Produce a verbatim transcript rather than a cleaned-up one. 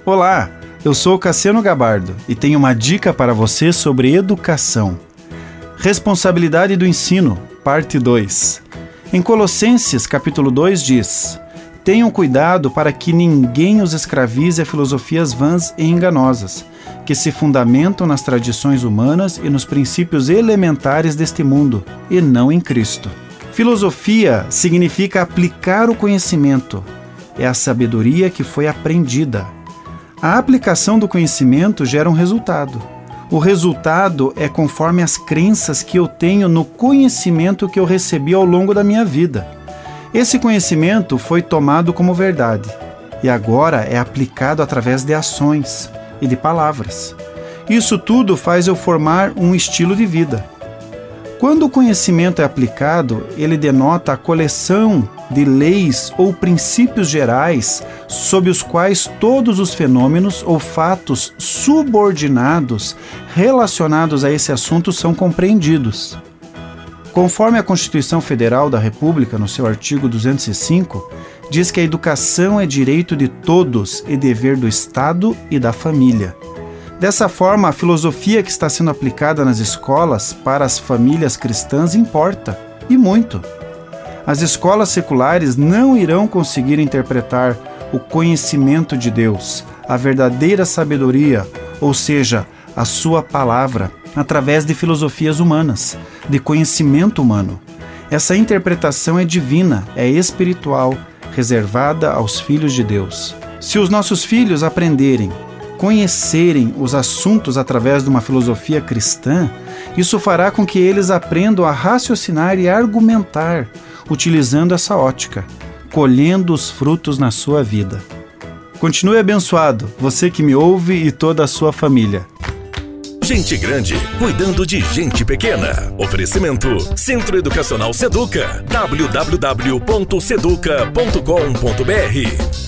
Olá, eu sou Cassiano Gabardo e tenho uma dica para você sobre educação. Responsabilidade do ensino, parte dois. Em Colossenses, capítulo dois, diz: tenham cuidado para que ninguém os escravize a filosofias vãs e enganosas, que se fundamentam nas tradições humanas e nos princípios elementares deste mundo, e não em Cristo. Filosofia significa aplicar o conhecimento. É a sabedoria que foi aprendida. A aplicação do conhecimento gera um resultado. O resultado é conforme as crenças que eu tenho no conhecimento que eu recebi ao longo da minha vida. Esse conhecimento foi tomado como verdade e agora é aplicado através de ações e de palavras. Isso tudo faz eu formar um estilo de vida. Quando o conhecimento é aplicado, ele denota a coleção de leis ou princípios gerais sob os quais todos os fenômenos ou fatos subordinados relacionados a esse assunto são compreendidos. Conforme a Constituição Federal da República, no seu artigo duzentos e cinco, diz que a educação é direito de todos e dever do Estado e da família. Dessa forma, a filosofia que está sendo aplicada nas escolas para as famílias cristãs importa, e muito. As escolas seculares não irão conseguir interpretar o conhecimento de Deus, a verdadeira sabedoria, ou seja, a sua palavra, através de filosofias humanas, de conhecimento humano. Essa interpretação é divina, é espiritual, reservada aos filhos de Deus. Se os nossos filhos aprenderem, conhecerem os assuntos através de uma filosofia cristã, isso fará com que eles aprendam a raciocinar e argumentar, utilizando essa ótica, colhendo os frutos na sua vida. Continue abençoado, você que me ouve e toda a sua família. Gente grande, cuidando de gente pequena. Oferecimento Centro Educacional Seduca, w w w ponto seduca ponto com ponto b r.